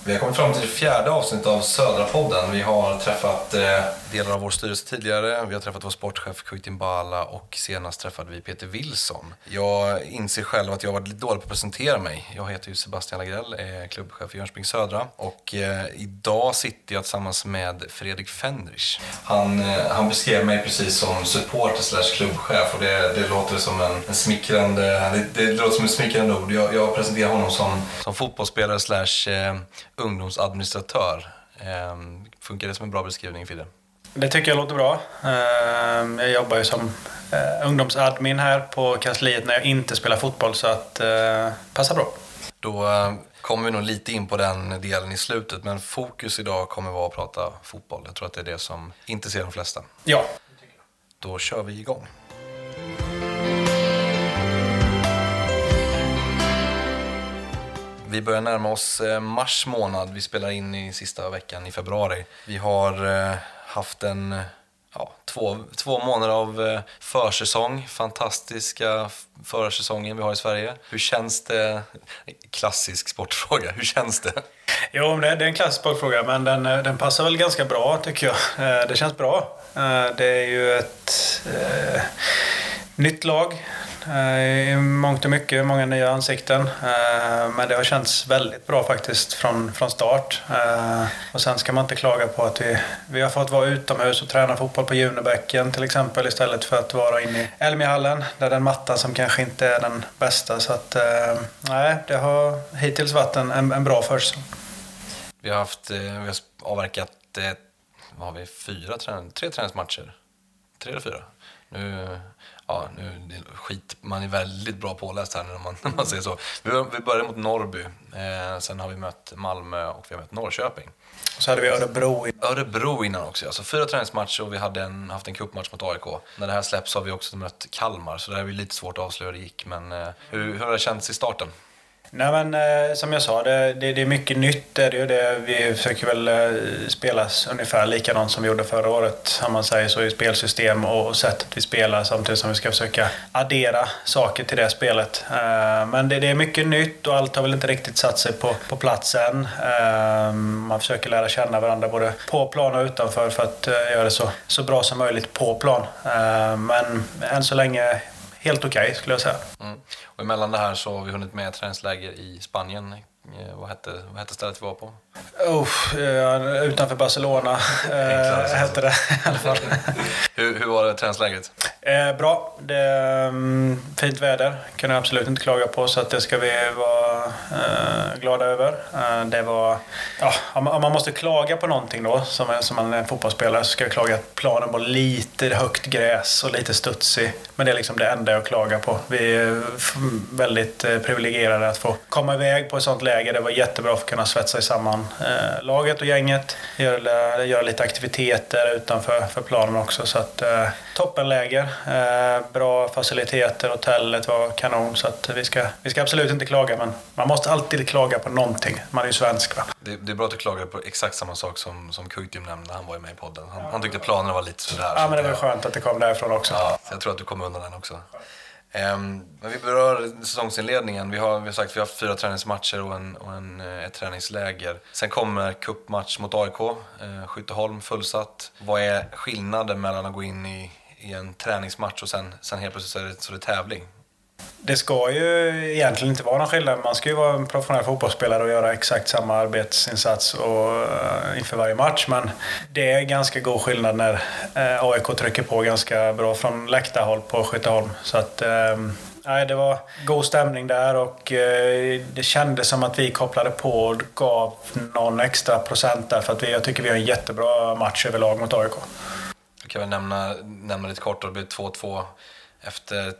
Vi har kommit fram till det 4:e avsnittet av Södra-podden. Vi har träffat delar av vår styrelse tidigare. Vi har träffat vår sportchef Kuitin Bala och senast träffade vi Peter Wilson. Jag inser själv att jag var lite dålig på att presentera mig. Jag heter ju Sebastian Lagrell, är klubbchef i Jönköping Södra. Och idag sitter jag tillsammans med Fredrik Fendrich. Han beskrev mig precis som supporter / klubbchef och det låter som en smickrande... Det låter som ett smickrande ord. Jag presenterar honom som fotbollsspelare / ungdomsadministratör. Funkar det som en bra beskrivning, Fidde? Det tycker jag låter bra. Jag jobbar ju som ungdomsadmin här på kansliet när jag inte spelar fotboll, så att passa bra. Då kommer vi nog lite in på den delen i slutet, men fokus idag kommer vara att prata fotboll. Jag tror att det är det som intresserar de flesta. Ja. Då kör vi igång. Vi börjar närma oss mars månad. Vi spelar in i sista veckan i februari. Vi har haft två månader av försäsong. Fantastiska försäsongen vi har i Sverige. Hur känns det? Klassisk sportfråga. Hur känns det? Jo, det är en klassisk sportfråga, men den passar väl ganska bra, tycker jag. Det känns bra. Det är ju ett nytt lag. I mångt och mycket, många nya ansikten, men det har känts väldigt bra faktiskt från start. Och sen ska man inte klaga på att vi har fått vara utomhus och träna fotboll på Junebäcken till exempel, istället för att vara inne i Elmia-hallen där den mattan som kanske inte är den bästa. Så att nej, det har hittills varit en bra försäsong. Vi har avverkat vad har vi, 3 träningsmatcher, 3 eller 4 nu. Ja, man är väldigt bra påläst här när man säger så. Vi började mot Norrby, sen har vi mött Malmö och vi har mött Norrköping. Och så hade vi Örebro innan också. Alltså 4 träningsmatcher och vi hade haft en cupmatch mot AIK. När det här släpps har vi också mött Kalmar, så det är lite svårt att avslöja hur det gick. Men hur har det känts i starten? Nej, men som jag sa, det är mycket nytt. Det är ju det. Vi försöker väl spela ungefär likadant som vi gjorde förra året, om man säger så, i spelsystem och sättet vi spelar, samtidigt som vi ska försöka addera saker till det spelet. Men det är mycket nytt och allt har väl inte riktigt satt sig på platsen. Man försöker lära känna varandra både på plan och utanför för att göra det så bra som möjligt på plan. Men än så länge helt okej, skulle jag säga. Och emellan det här så har vi hunnit med träningsläger i Spanien. Vad hette stället vi var på? Utanför Barcelona hette det i alla fall. Hur var det träningslägret? Bra. Det är fint väder. Kan jag absolut inte klaga på, så att det ska vi vara glada över. Det var, om man måste klaga på någonting då, som man är en fotbollsspelare, så ska jag klaga att planen var lite högt gräs och lite studsig. Men det är liksom det enda jag klagar på. Vi är väldigt privilegierade att få komma iväg på ett sånt läge. Det var jättebra för att kunna svetsa samman laget och gänget. Göra lite aktiviteter utanför planen också. Så att toppenläger, bra faciliteter, hotellet var kanon. Så att vi ska absolut inte klaga, men man måste alltid klaga på någonting. Man är ju svensk, va? Det är bra att du klagar på exakt samma sak som Kuitin nämnde. Han var ju med i podden. Han tyckte planerna var lite sådär. Ja, men det var skönt att det kom därifrån också. Ja, så jag tror att du kommer undan den också. Men vi berör säsongsinledningen. Vi har sagt att vi har 4 träningsmatcher och ett träningsläger. Sen kommer cupmatch mot AIK, Skytteholm fullsatt. Vad är skillnaden mellan att gå in i en träningsmatch och sen helt plötsligt så är det tävling? Det ska ju egentligen inte vara någon skillnad. Man ska ju vara en professionell fotbollsspelare och göra exakt samma arbetsinsats inför varje match. Men det är ganska god skillnad när AIK trycker på ganska bra från läktarhåll på Skytteholm. Så att det var god stämning där och det kändes som att vi kopplade på och gav någon extra procent där, för att jag tycker vi har en jättebra match överlag mot AIK. Jag kan väl nämna lite kort. Det blev 2-2 efter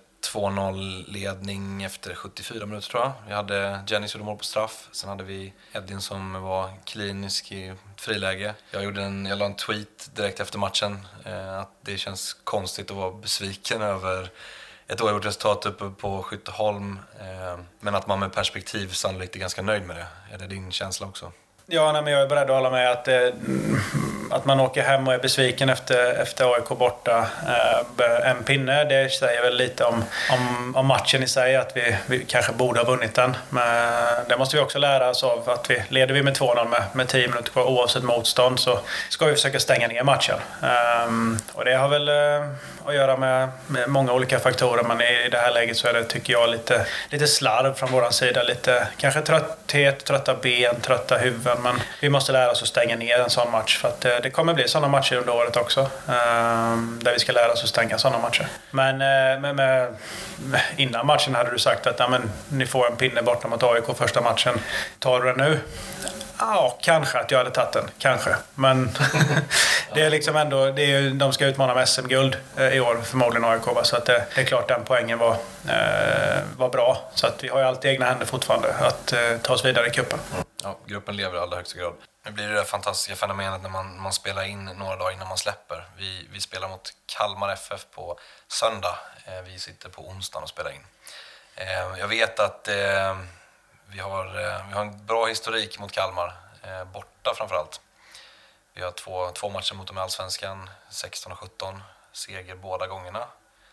2-0 ledning efter 74 minuter, tror jag. Vi hade Jenny som gjorde mål på straff. Sen hade vi Edin som var klinisk i friläge. Jag la en tweet direkt efter matchen att det känns konstigt att vara besviken över ett oavgjort resultat uppe på Skytteholm, men att man med perspektiv sannolikt är ganska nöjd med det. Är det din känsla också? Ja, men jag är beredd att hålla med att att man åker hem och är besviken efter AIK borta. En pinne, det säger väl lite om matchen i sig, att vi kanske borde ha vunnit den. Men det måste vi också lära oss av, att leder vi med 2-0 med 10 minuter kvar oavsett motstånd, så ska vi försöka stänga ner matchen. Och det har väl att göra med många olika faktorer, men i det här läget så är det, tycker jag, lite slarv från våran sida. Lite kanske trötthet, trötta ben, trötta huvuden, men vi måste lära oss att stänga ner en sån match, för att det kommer bli sådana matcher under året också, där vi ska lära oss att stänga sådana matcher. Men innan matchen hade du sagt att ni får en pinne borta mot AIK första matchen. Tar du den nu? Ja, kanske att jag hade tagit den. Kanske. Men det är liksom ändå, de ska utmana med SM-guld i år, förmodligen AIK. Så att det är klart den poängen var bra. Så att vi har ju allt i egna händer fortfarande att ta oss vidare i cupen. Ja, gruppen lever i allra högsta grad. Nu blir det där fantastiska fenomenet när man spelar in några dagar innan man släpper. Vi spelar mot Kalmar FF på söndag. Vi sitter på onsdagen och spelar in. Jag vet att vi har en bra historik mot Kalmar, borta framförallt. Vi har två matcher mot dem i Allsvenskan, 16 och 17, seger båda gångerna.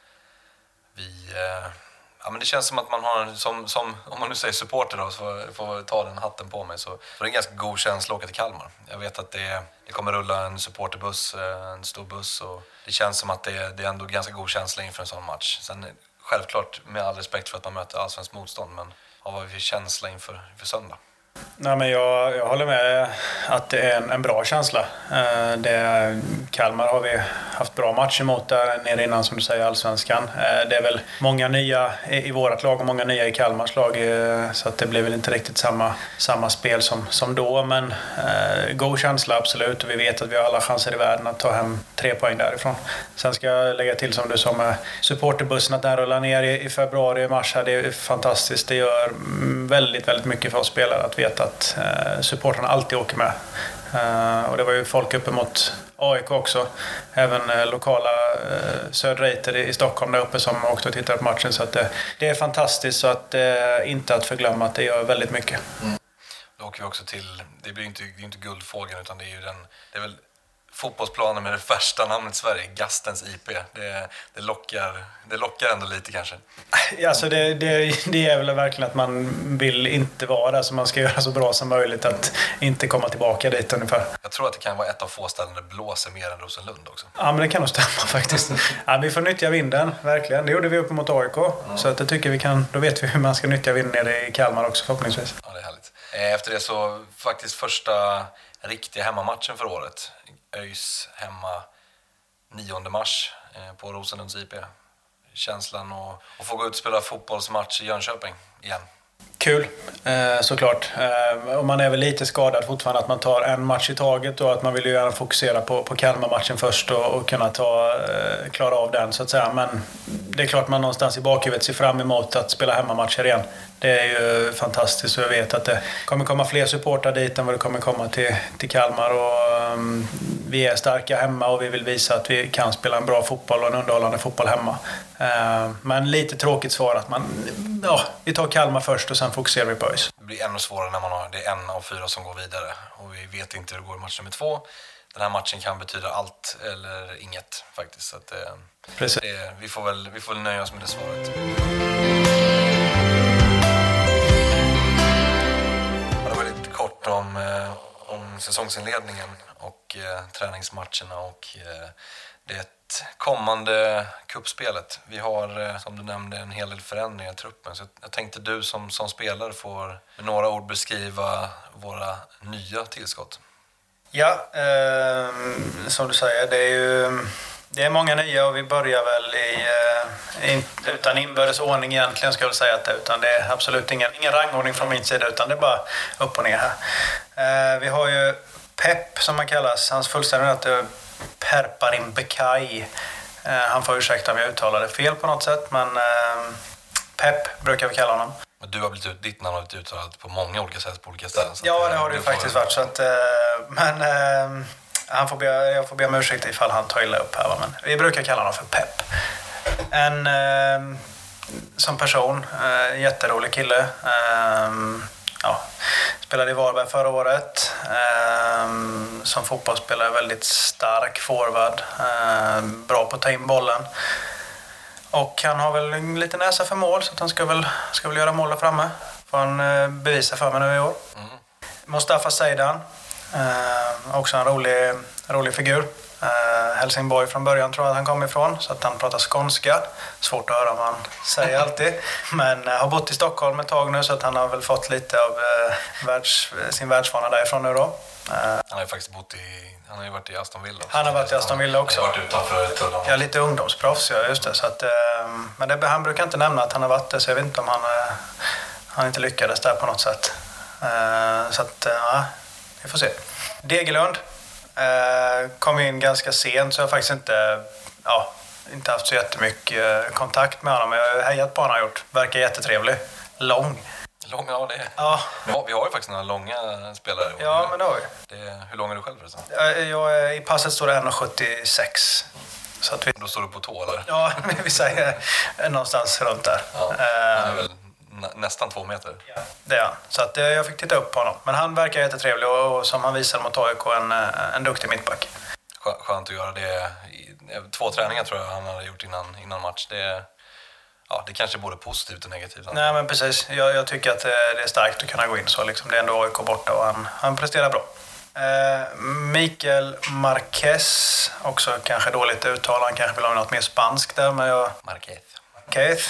Men det känns som att man har, som om man nu säger supporter då, så får ta den hatten på mig, så det är en ganska god känsla att åka till Kalmar. Jag vet att det kommer rulla en supporterbuss, en stor buss, och det känns som att det är ändå ganska god känsla inför en sån match. Sen självklart med all respekt för att man möter allsvensk motstånd, men vad har vi för känsla inför söndag? Nej, men jag håller med att det är en bra känsla. Kalmar har vi haft bra matcher mot där nere innan, som du säger, Allsvenskan. Det är väl många nya i vårt lag och många nya i Kalmars lag, så att det blir väl inte riktigt samma spel som då, men god känsla absolut, och vi vet att vi har alla chanser i världen att ta hem 3 poäng därifrån. Sen ska jag lägga till, som du sa, med supporterbussen, att den rullar ner i februari och mars här, det är fantastiskt. Det gör väldigt, väldigt mycket för oss spelare att veta att supporterna alltid åker med. Och det var ju folk uppe mot AIK också. Även lokala söderiter i Stockholm där uppe som åkte och tittade på matchen. Så att det är fantastiskt, så att inte att förglömma att det gör väldigt mycket. Då åker vi också till, det blir inte Guldfågeln, utan det är väl fotbollsplanen med det värsta namnet i Sverige, Gastens IP. Det lockar ändå lite kanske. Alltså det är väl verkligen att man vill inte vara där, så man ska göra så bra som möjligt att inte komma tillbaka dit ungefär. Jag tror att det kan vara ett av få ställen där det blåser mer än Rosenlund också. Ja, men det kan nog stämma faktiskt. Ja, vi får nyttja vinden, verkligen. Det gjorde vi uppe mot AIK. Så att jag tycker vi kan, då vet vi hur man ska nyttja vinden nere i Kalmar också förhoppningsvis. Ja, det är härligt. Efter det så faktiskt första riktiga hemmamatchen för året. ÖIS hemma 9 mars på Rosenlunds IP. Känslan att få gå ut och spela fotbollsmatch i Jönköping igen. Kul, såklart. Och man är väl lite skadad fortfarande, att man tar en match i taget, och att man vill ju gärna fokusera på Kalmar-matchen först och kunna klara av den, så att säga. Men det är klart man någonstans i bakhuvudet ser fram emot att spela hemmamatcher igen. Det är ju fantastiskt, och jag vet att det kommer komma fler supportrar dit än vad det kommer komma till Kalmar, och vi är starka hemma och vi vill visa att vi kan spela en bra fotboll och en underhållande fotboll hemma. Men lite tråkigt svar att vi tar Kalmar först och sen fokuserar vi på ÖIS. Det blir ännu svårare när det är 1 av 4 som går vidare, och vi vet inte hur det går i match nummer 2. Den här matchen kan betyda allt eller inget faktiskt, så att vi får väl nöja oss med det svaret. Det var lite kort om säsongsinledningen och träningsmatcherna och det kommande kuppspelet. Vi har, som du nämnde, en hel del förändringar i truppen. Så jag tänkte du som spelare får med några ord beskriva våra nya tillskott. Ja, som du säger, det är många nya, och vi börjar väl utan inbördes ordning egentligen, ska jag säga att det, utan det är absolut ingen rangordning från min sida, utan det är bara upp och ner här. Vi har ju Pep, som man kallas, hans fullständiga är Perparim Bekay. Han får ursäkta om jag uttalar det fel på något sätt, men Pep brukar vi kalla honom. Men ditt namn har blivit uttalat på många olika sätt på olika ställen. Ja, det har det ju faktiskt varit. Så att, men jag får be om ursäkt ifall han tar illa upp här. Men vi brukar kalla honom för Pep. Som person, jätterolig kille. Spelade i Varberg förra året. Som fotbollsspelare väldigt stark forward. Bra på att ta in bollen. Och han har väl en liten näsa för mål, så att han ska väl göra mål där framme. Får han bevisa för mig nu i år. Mustafa Seydan. Också en rolig figur. Helsingborg från början tror jag att han kom ifrån, så att han pratar skånska. Svårt att höra vad han säger alltid. Men har bott i Stockholm ett tag nu, så att han har väl fått lite av sin världsvana därifrån nu då. Han har ju faktiskt han har ju varit i Aston Villa också. Han har varit i Aston Villa också. Han har varit utanför tullen. Ja, lite ungdomsproffs, ja, just det. Så att, men han brukar inte nämna att han har varit det, så jag vet inte om han inte lyckades där på något sätt. Så att, ja, vi får se. Degerlund kom in ganska sent, så jag har faktiskt inte haft så jättemycket kontakt med honom. Men jag har hejat på honom, gjort. Verkar jättetrevlig. Lång, ja det är. Ja. Vi har ju faktiskt några långa spelare. Ja, men det har vi. Hur lång är du själv förresten? I passet står det 1,76. Så att Då står du på tå, eller? Ja, vi säger någonstans runt där. Ja, han är väl nästan 2 meter. Ja, det är han. Så att jag fick titta upp på honom. Men han verkar jättetrevlig och som han visade mot AIK, en duktig mittback. Skönt att göra det. 2 träningar tror jag han hade gjort innan match. Det kanske är både positivt och negativt. Nej, men precis. Jag tycker att det är starkt att kunna gå in så. Liksom. Det är ändå AIK borta och han presterar bra. Mikael Marquez, också kanske dåligt uttal. Han kanske vill ha något mer spanskt där. Men Marquez.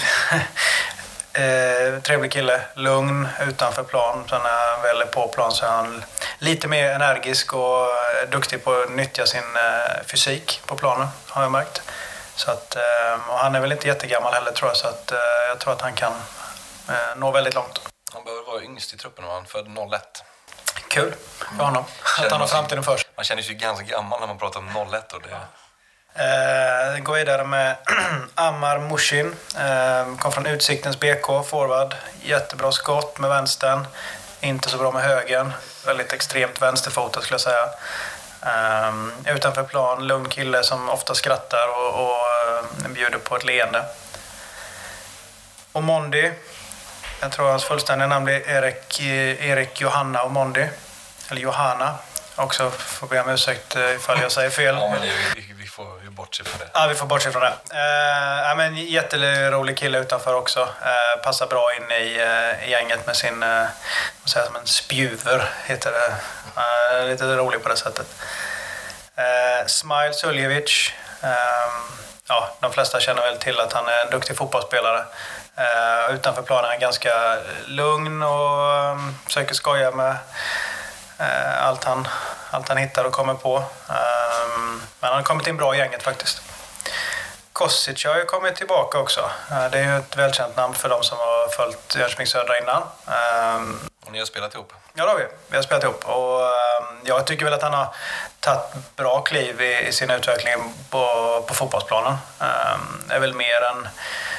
Trevlig kille, lugn utanför plan. Sen när han väl är på plan så är han lite mer energisk och duktig på att nyttja sin fysik på planen, har jag märkt. Så att, och han är väl inte jättegammal heller, tror jag, så att jag tror att han kan nå väldigt långt. Han behöver vara yngst i truppen och han född 01. Kul för honom att han har framtiden först. Man känner sig ganska gammal när man pratar om 01 och det. Går vidare med Ammar Mushin. Kom från Utsiktens BK, forward. Jättebra skott med vänstern. Inte så bra med högern. Väldigt extremt vänsterfotad skulle jag säga. Utanför plan, lugn kille som ofta skrattar och bjuder på ett leende. Och Mondi. Jag tror hans fullständiga namn blir Erik Johanna och Mondi. Eller Johanna. Också får be om ursäkt ifall jag säger fel. Ja, men vi får ju bortse från det. Ja, vi får bortse från det. Men jätterolig kille utanför också. Passar bra in i gänget med sin, vad säger jag, som en spjuver heter det. Lite rolig på det sättet. Smile Suljevic. De flesta känner väl till att han är en duktig fotbollsspelare. Utanför planen är han ganska lugn och försöker skoja med allt han hittar och kommer på. Men han har kommit in bra i gänget faktiskt. Kosic har ju kommit tillbaka också. Det är ju ett välkänt namn för de som har följt Jönköping Södra innan. Och ni har spelat ihop? Ja, då har vi har spelat ihop. Och jag tycker väl att han har tagit bra kliv i sin utveckling på fotbollsplanen. Är väl mer än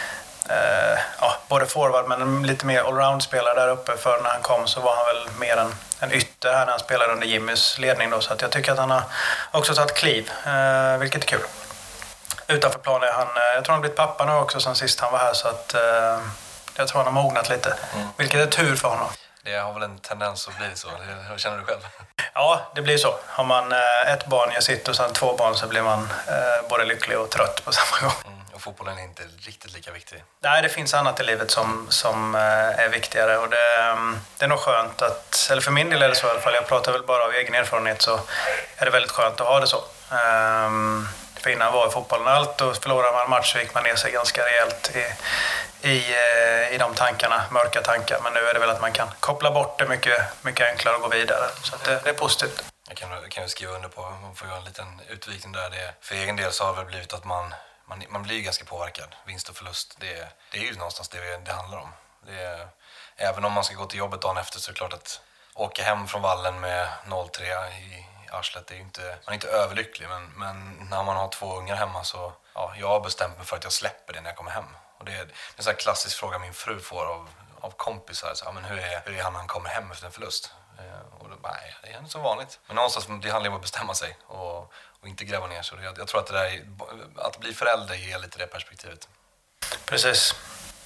både forward men lite mer allround-spelare där uppe. För när han kom så var han väl mer en ytter här när han spelade under Jimmys ledning då. Så att jag tycker att han har också tagit kliv, vilket är kul. Utanför plan är han, jag tror han har blivit pappa nu också sen sist han var här, så att jag tror han har mognat lite. Vilket är tur för honom. Det har väl en tendens att bli så, hur känner du själv? Ja, det blir så. Har man ett barn jag sitter och sen 2 barn så blir man både lycklig och trött på samma gång. Och fotbollen är inte riktigt lika viktig. Nej, det finns annat i livet som är viktigare. Och det är nog skönt att, eller för min del är det så i alla fall, jag pratar väl bara av egen erfarenhet, så är det väldigt skönt att ha det så. För innan var i fotbollen allt, och förlorar man en match så gick man ner sig ganska rejält i de tankarna, mörka tankar. Men nu är det väl att man kan koppla bort det mycket enklare och gå vidare. Så att det är positivt. Jag kan ju skriva under på, man får göra en liten utvikning där. För egen del så har det väl blivit att man blir ganska påverkad. Vinst och förlust, det är ju någonstans det handlar om. Även om man ska gå till jobbet dagen efter så är det klart att åka hem från vallen med 0-3 i arslet, det är ju inte, man är inte överlycklig. Men när man har 2 ungar hemma så, jag har bestämt mig för att jag släpper det när jag kommer hem. Och det är en sån här klassisk fråga min fru får av kompisar. Så, men hur är han när han kommer hem efter en förlust? Och då, nej, det är som vanligt. Men någonstans det handlar om att bestämma sig och inte gräva ner sig. Jag tror att att bli förälder ger lite det perspektivet. Precis.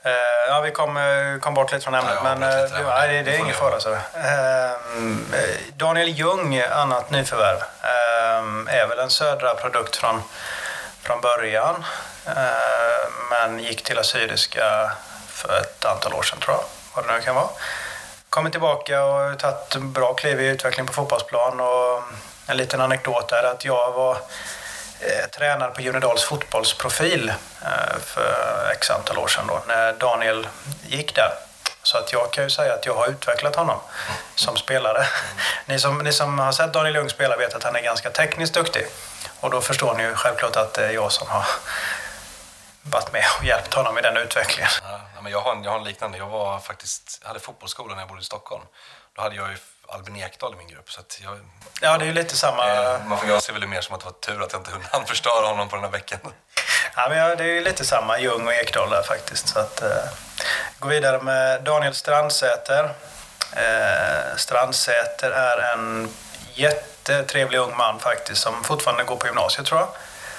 Ja, vi kom bort lite från ämnet, men det är ingen fara. Så. Daniel Ljung, annat nyförvärv, är väl en södra produkt från början, men gick till Assyriska för ett antal år sedan, tror jag, vad det nu kan vara. Kommer tillbaka och tagit bra kliv i utveckling på fotbollsplan, och en liten anekdot är att jag var tränare på Junedals fotbollsprofil för x antal år sedan då, när Daniel gick där. Så att jag kan ju säga att jag har utvecklat honom som spelare. Ni som har sett Daniel Ljung spela vet att han är ganska tekniskt duktig. Och då förstår ni ju självklart att det är jag som har varit med och hjälpt honom i den utvecklingen. Ja, men jag har en liknande. Jag hade fotbollsskola när jag bodde i Stockholm. Då hade jag ju Albin Ekdal i min grupp. Så att ja, det är ju lite samma... Jag ser väl det mer som att det var tur att jag inte hann förstöra honom på den här veckan. Ja, men det är ju lite samma Ljung och Ekdal där faktiskt. Så att, gå vidare med Daniel Strandsäter. Strandsäter är en jättetrevlig ung man faktiskt, som fortfarande går på gymnasiet, tror jag.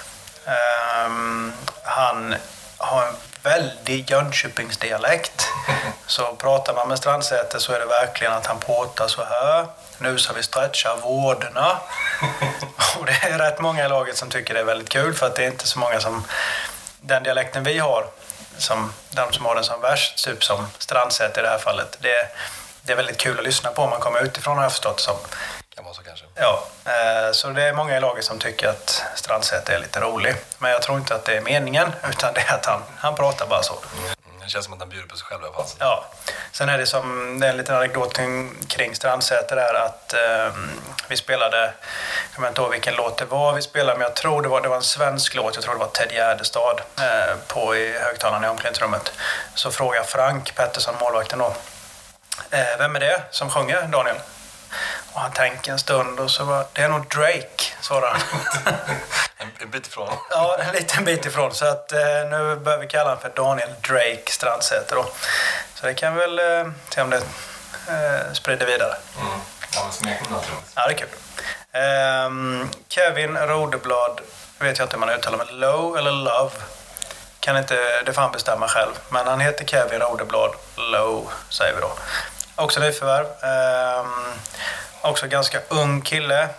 Han har en väldig Jönköpingsdialekt. Så pratar man med Strandsäter så är det verkligen att han pratar så här. Nu ska vi stretcha vårderna. Och det är rätt många i laget som tycker det är väldigt kul, för att det är inte så många som den dialekten vi har, som de som har den som värst, typ som Strandsäter i det här fallet. Det är väldigt kul att lyssna på om man kommer utifrån, har jag förstått som. Kan vara så kanske. Ja, så det är många i laget som tycker att Strandsäter är lite rolig. Men jag tror inte att det är meningen, utan det är att han pratar bara så. Det känns som att han bjuder på sig själv i alla fall. Ja. Sen är det en liten anekdot kring Strandsäter där, att vi spelade, jag kommer inte ihåg vilken låt det var vi spelade, men jag tror det var en svensk låt, jag tror det var Ted Gärdestad på i högtalarna i omklädningsrummet. Så frågar Frank Pettersson, målvakten då, vem är det som sjunger, Daniel? Och han tänker en stund och så var det är nog Drake, svarade han. En bit ifrån. Ja, en liten bit ifrån. Så att nu börjar vi kalla han för Daniel Drake Strandsäter då. Så det kan väl se om det sprider vidare. Ja, men smeknamn tror jag. Ja, det är kul. Kevin Rodeblad, vet jag inte om man uttalar, men Low eller Love. Det får han bestämma själv. Men han heter Kevin Rodeblad Low, säger vi då. Också nyförvärv. Också ganska ung kille.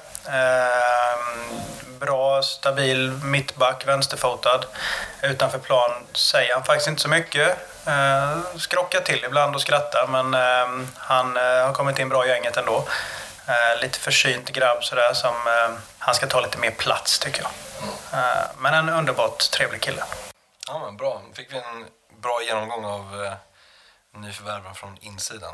Bra, stabil mittback, vänsterfotad. Utanför plan säger han faktiskt inte så mycket. Skrockar till ibland och skrattar, men han har kommit in bra i gänget ändå. Lite försynt grabb sådär, som han ska ta lite mer plats, tycker jag. Men en underbart trevlig kille. Ja, men bra. Fick vi en bra genomgång av nyförvärven från insidan.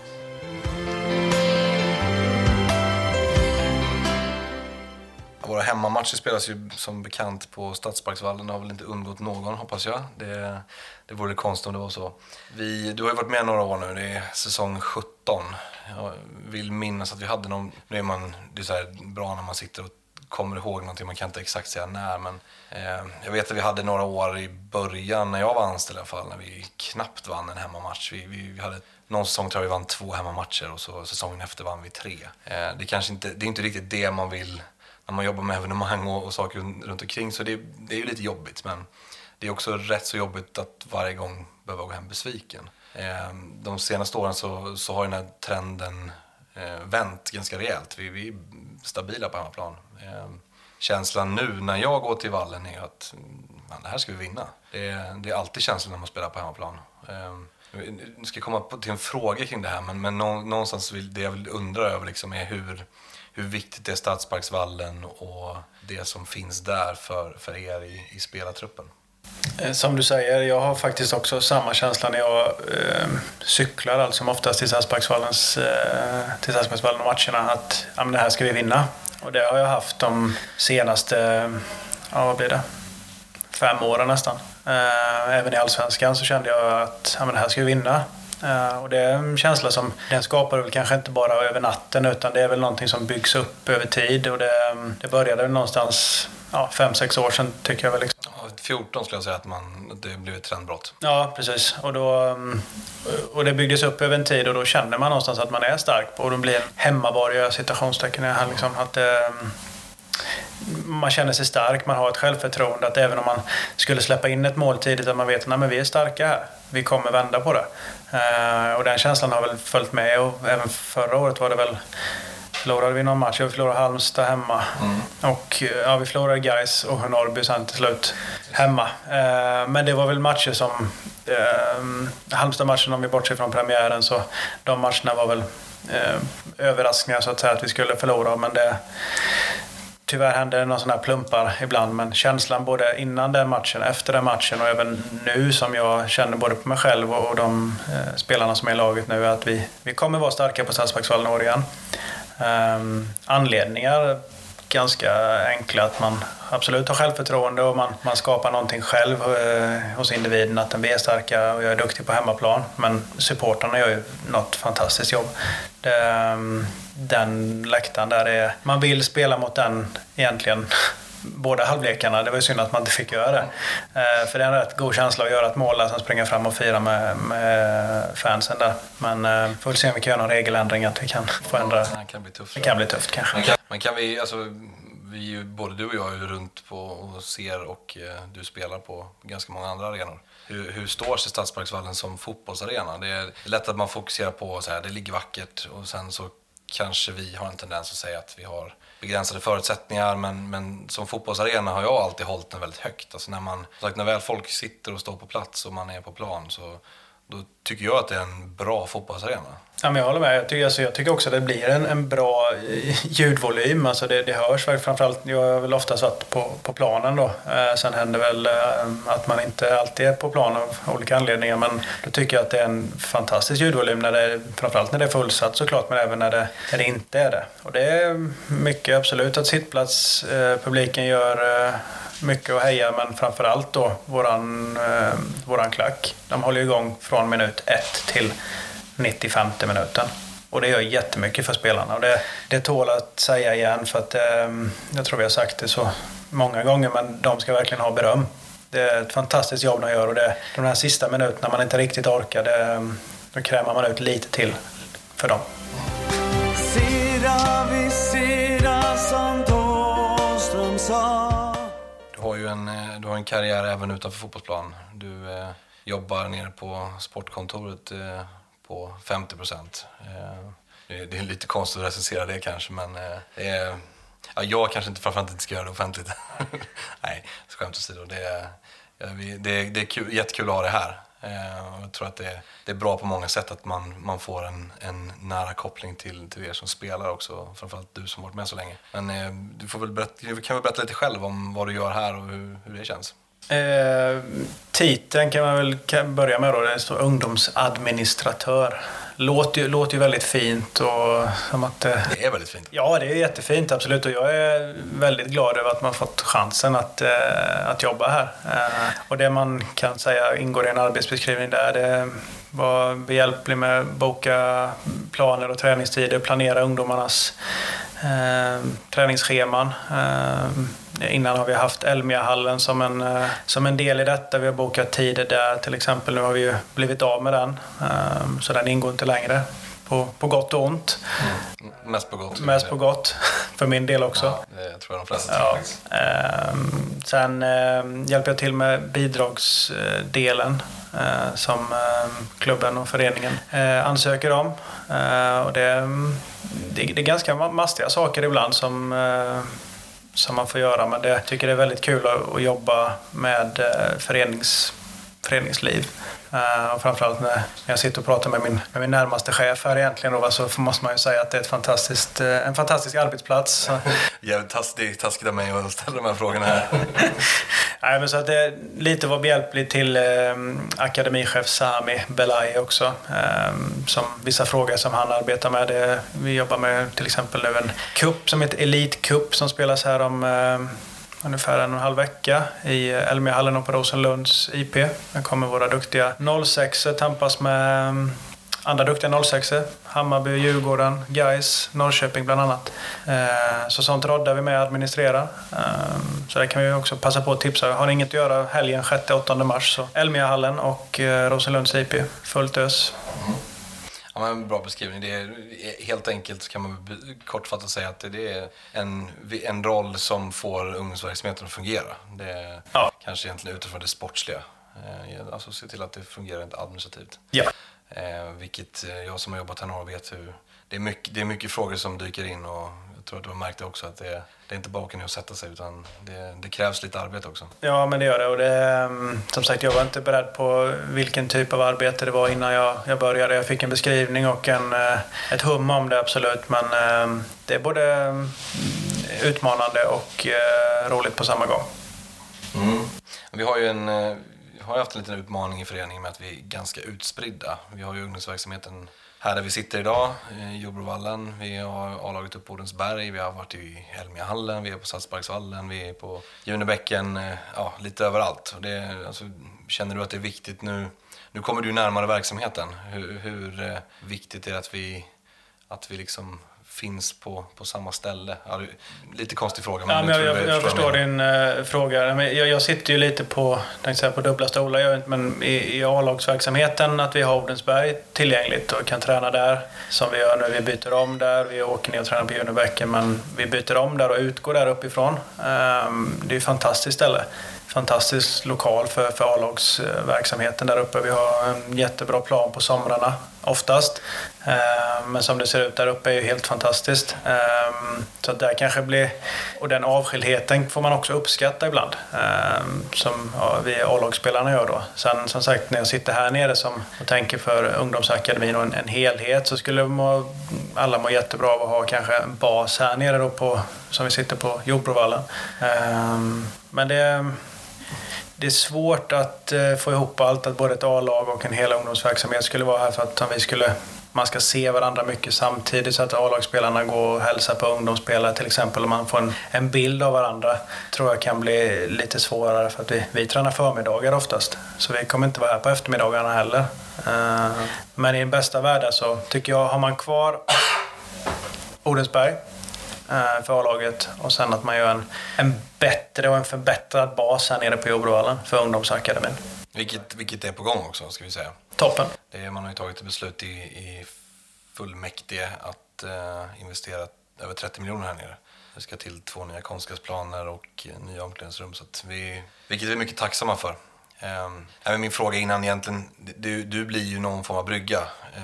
Våra hemmamatcher spelas ju som bekant på Stadsparksvallen. Det har väl inte undgått någon, hoppas jag. Det vore konstigt om det var så. Du har ju varit med några år nu. Det är säsong 17. Jag vill minnas att vi hade någon... Det är så här bra när man sitter och kommer ihåg någonting. Man kan inte exakt säga när, men jag vet att vi hade några år i början när jag var anställd i alla fall, när vi knappt vann en hemmamatch. Vi hade någon säsong tror jag vi vann 2 hemmamatcher, och så säsongen efter vann vi 3. Det är inte riktigt det man vill när man jobbar med evenemang och saker runt omkring, så det är ju lite jobbigt, men det är också rätt så jobbigt att varje gång behöva gå hem besviken. De senaste åren så har den här trenden vänt ganska rejält. Vi är stabila på hemmaplan. Känslan nu när jag går till vallen är att det här ska vi vinna. Det är alltid känslan när man spelar på hemmaplan. Nu ska jag komma till en fråga kring det här, men någonstans det jag vill undra över liksom är hur viktigt är Stadsparksvallen och det som finns där för er i spelartruppen? Som du säger, jag har faktiskt också samma känsla när jag cyklar allt som oftast till Stadsparksvallen och matcherna, att det här ska vi vinna. Och det har jag haft de senaste, vad blir det? 5 åren nästan. Även i Allsvenskan så kände jag att det här ska vi vinna. Och det är en känsla som den skapar väl kanske inte bara över natten, utan det är väl någonting som byggs upp över tid, och det började väl någonstans 5-6 år sedan, tycker jag väl liksom. 14 skulle jag säga att det blev ett trendbrott. Ja, precis. Och det byggdes upp över en tid, och då känner man någonstans att man är stark på, och då blir en hemmavarigare citationstecken här liksom, att man känner sig stark, man har ett självförtroende att även om man skulle släppa in ett mål tidigt att man vet att vi är starka här, vi kommer vända på det. Och den känslan har väl följt med, och även förra året var det väl, förlorade vi någon match, vi förlorade Halmstad hemma och vi förlorade Gais och Norrby sen till slut hemma. Men det var väl matcher som Halmstad-matchen, om vi bortser från premiären, så de matcherna var väl överraskningar så att säga att vi skulle förlora, men det tyvärr hände några sådana här plumpar ibland, men känslan både innan den matchen, efter den matchen och även nu som jag känner både på mig själv och de spelarna som är i laget nu är att vi kommer vara starka på Stadsparksvallen i år igen. Anledningar ganska enkla, att man absolut har självförtroende och man skapar någonting själv hos individen, att vi är starka och jag är duktig på hemmaplan, men supportarna gör ju något fantastiskt jobb. Den läktaren där är, man vill spela mot den egentligen båda halvlekarna. Det var ju synd att man inte fick göra det. För det är en rätt god känsla att göra ett mål där, som springer fram och fira med fansen där. Men får väl se om vi kan göra någon regeländring, att vi kan få ändra. Det kan bli tufft. Det kan bli tufft kanske. Men kan vi, alltså, både du och jag är ju runt på och ser, och du spelar på ganska många andra arenor. Hur står sig Stadsparksvallen som fotbollsarena? Det är lätt att man fokuserar på så här, det ligger vackert, och sen så kanske vi har en tendens att säga att vi har begränsade förutsättningar, men som fotbollsarena har jag alltid hållit den väldigt högt. Alltså när väl folk sitter och står på plats och man är på plan, så då tycker jag att det är en bra fotbollsarena. Ja, men jag håller med. Jag tycker också att det blir en bra ljudvolym. Alltså det hörs framförallt. Jag har väl ofta satt på planen då. Sen händer väl att man inte alltid är på plan av olika anledningar. Men då tycker jag att det är en fantastisk ljudvolym. Framförallt när det är fullsatt såklart, men även när det inte är det. Och det är mycket absolut att sittplats. Publiken gör mycket att heja, men framförallt då våran klack. De håller igång från minut 1 till 95 minuten. Och det gör jättemycket för spelarna. Och det tål att säga igen, för att jag tror vi har sagt det så många gånger, men de ska verkligen ha beröm. Det är ett fantastiskt jobb de gör, och de här sista minuterna man inte riktigt orkar, då krämar man ut lite till för dem. Sida vid sida som Thåström sa. Du har en karriär även utanför fotbollsplan. Du jobbar nere på sportkontoret på 50%. Det är lite konstigt att recensera det kanske, men jag kanske inte, framförallt inte ska göra det offentligt. Nej, skämt åsido. Det är kul, jättekul att ha det här. Jag tror att det är bra på många sätt att man får en nära koppling till er som spelar också, framförallt du som varit med så länge. Men du kan väl berätta lite själv om vad du gör här och hur det känns. Titeln kan man väl börja med då. Det står ungdomsadministratör. Låter ju väldigt fint, och som att det är väldigt fint. Ja, det är jättefint, absolut, och jag är väldigt glad över att man fått chansen att jobba här. Och det man kan säga ingår i en arbetsbeskrivning där, det var behjälplig med att boka planer och träningstider, planera ungdomarnas träningsscheman. Innan har vi haft Elmiahallen som en del i detta. Vi har bokat tider där till exempel. Nu har vi ju blivit av med den. Så den ingår inte längre. På gott och ont. Mest på gott. Mest på gott. För min del också. Ja, det tror jag de flesta. Sen hjälper jag till med bidragsdelen som klubben och föreningen ansöker om. Och det är ganska mastiga saker ibland som man får göra, men jag tycker det är väldigt kul att jobba med föreningsliv. Och framförallt när jag sitter och pratar med min närmaste chef här egentligen då, så måste man ju säga att det är en fantastisk arbetsplats. Jävligt taskigt av mig att ställa de här frågorna här. Nej, men så att det lite var behjälpligt till akademichef Sami Belay också. Som vissa frågor som han arbetar med. Vi jobbar med till exempel nu en cup som heter Elite Cup som spelas här om ungefär 1,5 vecka i Elmiahallen och på Rosenlunds IP. Där kommer våra duktiga 06 tampas med andra duktiga 06, Hammarby, Djurgården, Gais, Norrköping bland annat. Så sånt roddar vi med att administrera. Så det kan vi också passa på att tipsa. Har inget att göra helgen 6-8 mars. Så Elmiahallen och Rosenlunds IP, fullt ös. Ja, men bra beskrivning. Det är helt enkelt, kan man kortfattat säga att det är en roll som får ungdomsverksamheten att fungera. Det är kanske egentligen utifrån det sportsliga. Alltså se till att det fungerar inte administrativt. Ja. Vilket jag som har jobbat här några vet hur... Det är mycket frågor som dyker in, och jag tror att du har märkt det också, att det är inte bara att åka ner och sätta sig, utan det krävs lite arbete också. Ja, men det gör det. Och som sagt, jag var inte beredd på vilken typ av arbete det var innan jag började. Jag fick en beskrivning och ett hum om det, absolut. Men det är både utmanande och roligt på samma gång. Vi har ju haft en liten utmaning i föreningen med att vi är ganska utspridda. Vi har ju ungdomsverksamheten här där vi sitter idag, i Jordbrovallen. Vi har A-laget upp på Odensberg, vi har varit i Helmiahallen, vi är på Saltsparksvallen, vi är på Junebäcken, lite överallt. Och känner du att det är viktigt nu? Nu kommer du närmare verksamheten. Hur viktigt är det att vi liksom finns på samma ställe? Ja, lite konstig fråga. Men jag förstår din fråga. Jag sitter ju lite på dubbla stolar. Men i A-lagsverksamheten, att vi har Odensberg tillgängligt och kan träna där. Som vi gör nu. Vi byter om där. Vi åker ner och tränar på Junebäcken. Men vi byter om där och utgår där uppifrån. Det är ett fantastiskt ställe. Fantastisk lokal för A-lagsverksamheten där uppe. Vi har en jättebra plan på somrarna oftast. Men som det ser ut där uppe är ju helt fantastiskt. Så där kanske blir... Och den avskildheten får man också uppskatta ibland. Som vi A-lagsspelarna gör då. Sen som sagt, när jag sitter här nere och tänker för ungdomsakademin och en helhet, så skulle alla må jättebra av att ha kanske en bas här nere då som vi sitter på Jordbrovallen. Men det är svårt att få ihop allt, att både ett A-lag och en hel ungdomsverksamhet skulle vara här, för att man ska se varandra mycket samtidigt, så att A-lagsspelarna går och hälsar på ungdomsspelare till exempel, och man får en bild av varandra, tror jag kan bli lite svårare, för att vi tränar förmiddagar oftast, så vi kommer inte vara här på eftermiddagarna heller. Men i den bästa världen så tycker jag, har man kvar Odensberg för A-laget, och sen att man gör en bättre och en förbättrad bas här nere på Jordbrovallen för ungdomsakademin. Vilket är på gång också, ska vi säga. Toppen. Man har ju tagit ett beslut i fullmäktige att investera över 30 miljoner här nere. Det ska till 2 nya konstgräsplaner och nya omklädningsrum, vilket vi är mycket tacksamma för. Min fråga innan egentligen, du blir ju någon form av brygga.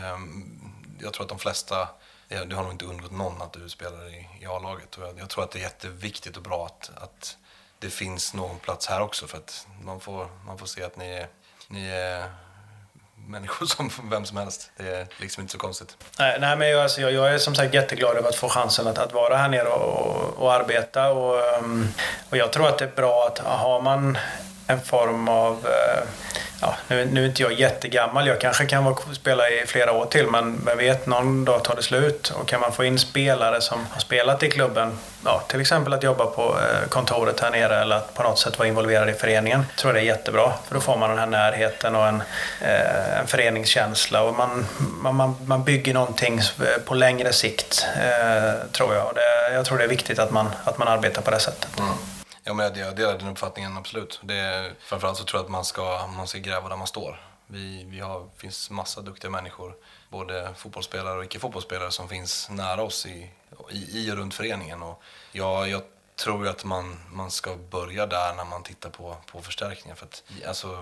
Jag tror att de flesta... Det har nog inte undgått någon att du spelar i A-laget. Och jag tror att det är jätteviktigt och bra att det finns någon plats här också. För att man får se att ni är människor som vem som helst. Det är liksom inte så konstigt. Nej, men jag är som sagt jätteglad över att få chansen att vara här nere och arbeta. Och jag tror att det är bra att har man en form av... Nu är inte jag jättegammal, jag kanske kan spela i flera år till, men vet någon dag tar det slut, och kan man få in spelare som har spelat i klubben, till exempel att jobba på kontoret här nere, eller att på något sätt vara involverad i föreningen, tror jag det är jättebra, för då får man den här närheten och en föreningskänsla, och man bygger någonting på längre sikt, tror jag. Och jag tror det är viktigt att man arbetar på det sättet. Ja, men jag delar den uppfattningen, absolut. Framförallt så tror jag att man ska gräva där man står. Finns massa duktiga människor, både fotbollsspelare och icke-fotbollsspelare, som finns nära oss i och runt föreningen. Och jag tror att man ska börja där när man tittar på förstärkningar. För att,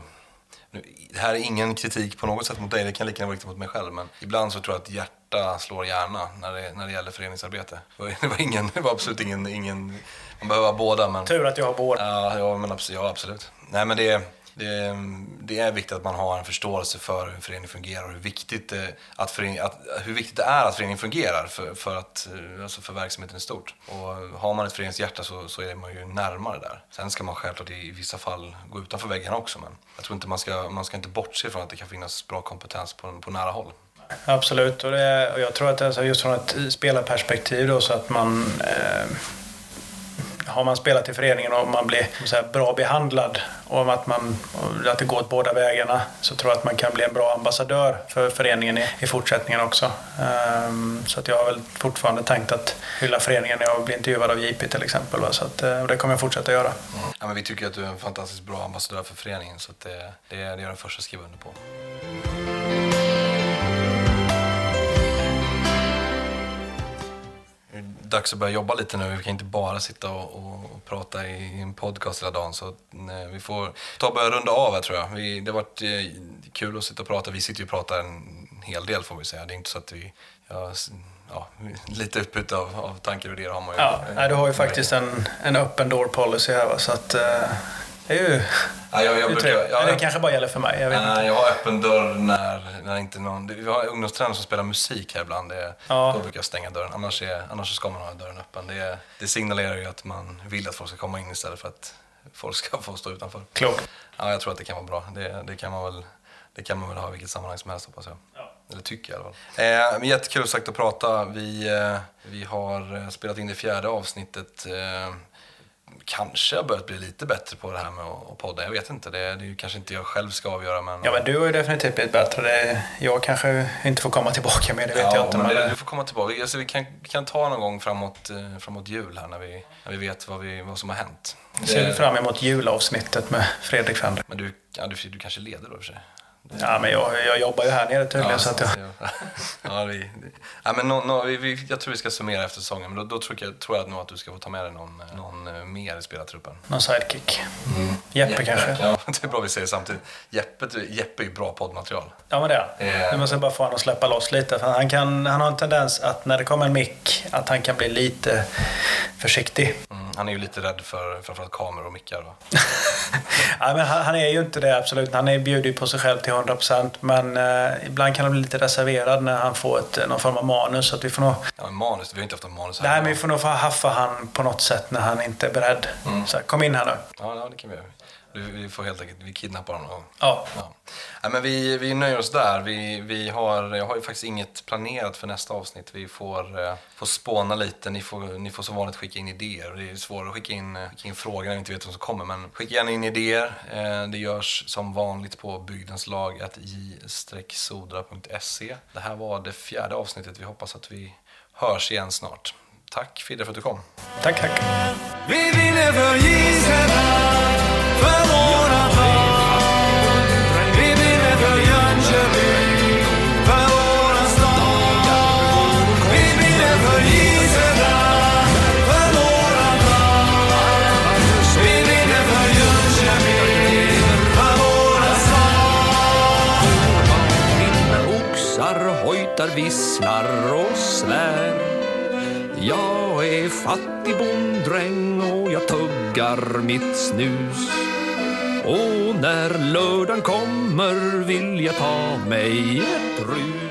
det här är ingen kritik på något sätt mot dig, det kan lika gärna vara riktigt mot mig själv. Men ibland så tror jag att hjärta slår hjärna när det gäller föreningsarbete. Det var absolut ingen man behöver ha båda. Men... Tur att jag har båda. Ja, absolut. Nej, men det är viktigt att man har en förståelse för hur föreningen fungerar, och hur viktigt det är att föreningen fungerar för verksamheten i stort. Och har man ett föreningshjärta så är man ju närmare där. Sen ska man självklart i vissa fall gå utanför väggarna också, men jag tror inte man ska inte bortse från att det kan finnas bra kompetens på nära håll. Absolut, och jag tror att det är just från ett spelarperspektiv då, så att man... Har man spelat i föreningen och man blir bra behandlad, och att det går åt båda vägarna, så tror jag att man kan bli en bra ambassadör för föreningen i fortsättningen också. Så att jag har väl fortfarande tänkt att hylla föreningen när jag blir intervjuad av JP till exempel. Så att, det kommer jag fortsätta göra. Ja, men vi tycker att du är en fantastiskt bra ambassadör för föreningen, så att det är den första att skriva under på. dags att börja jobba lite nu. Vi kan inte bara sitta och prata i en podcast hela dagen. Så vi får börja runda av här, tror jag. Det har varit kul att sitta och prata. Vi sitter ju och pratar en hel del, får vi säga. Det är inte så att lite utbyte av tankar och idéer har man ju. Ja, du har ju faktiskt en open door policy här, va? Så att det är ju... det kanske bara gäller för mig. Jag har öppen dörr när inte någon... Vi har ungdomstränare som spelar musik här ibland. Då brukar jag stänga dörren. Annars ska man ha dörren öppen. Det signalerar ju att man vill att folk ska komma in istället för att folk ska få stå utanför. Klokt. Ja, jag tror att det kan vara bra. Det kan man väl ha i vilket sammanhang som helst, hoppas jag. Ja. Eller tycker jag i alla fall. Men jättekul sagt att prata. Vi har spelat in det 4:e avsnittet. Kanske har börjat bli lite bättre på det här med att podda. Jag vet inte, det är ju kanske inte jag själv ska avgöra. Men... Ja, men du har ju definitivt blivit bättre. Jag kanske inte får komma tillbaka med det, vet jag inte. Men du får komma tillbaka. Vi kan ta någon gång framåt jul här när vi vet vad som har hänt. Ser vi fram emot julavsnittet med Fredrik Fender. Men du kanske leder då för sig. Ja, men jag jobbar ju här nere tydligen. Så att jag... jag tror vi ska summera efter säsongen. Men då tror jag nog att du ska få ta med dig någon mer i spelartruppen. Någon sidekick. Jeppe kanske. Ja, det är bra vi säger samtidigt. Jeppe är ju bra poddmaterial. Ja, men det är. Du måste bara få honom att släppa loss lite. För han har en tendens att när det kommer en mick att han kan bli lite försiktig. Han är ju lite rädd för framförallt kameror och mickar. Ja, men han är ju inte det, absolut. Han är bjudit på sig själv till 100%. Men ibland kan han bli lite reserverad när han får någon form av manus. Så att vi får nog... Ja, men manus, vi har inte haft en manus här. Nej, men vi får nog få haffa han på något sätt när han inte är beredd. Så här, kom in här nu. Ja, det kan vi göra. Vi får helt enkelt, vi kidnappar honom. Ja. Men vi nöjer oss där. Jag har ju faktiskt inget planerat för nästa avsnitt. Vi får spåna lite. Ni får som vanligt skicka in idéer. Det är svårt att skicka in frågor när vi inte vet vad som kommer. Men skicka gärna in idéer. Det görs som vanligt på bygdenslag@j-sodra.se. Det här var det 4:e avsnittet. Vi hoppas att vi hörs igen snart. Tack Fidde för att du kom. Tack. Vi vinner för Gisela, för vårat lag. Vi vinner för Jönköping, för våran stad. Vi vinner för Gisela, för vårat lag. Vi vinner för Jönköping, för våran stad. Vinner oxar, hojtar, visslar och svär. Jag är fattig bonddräng och jag tuggar mitt snus. Och när lördagen kommer vill jag ta mig ett rus.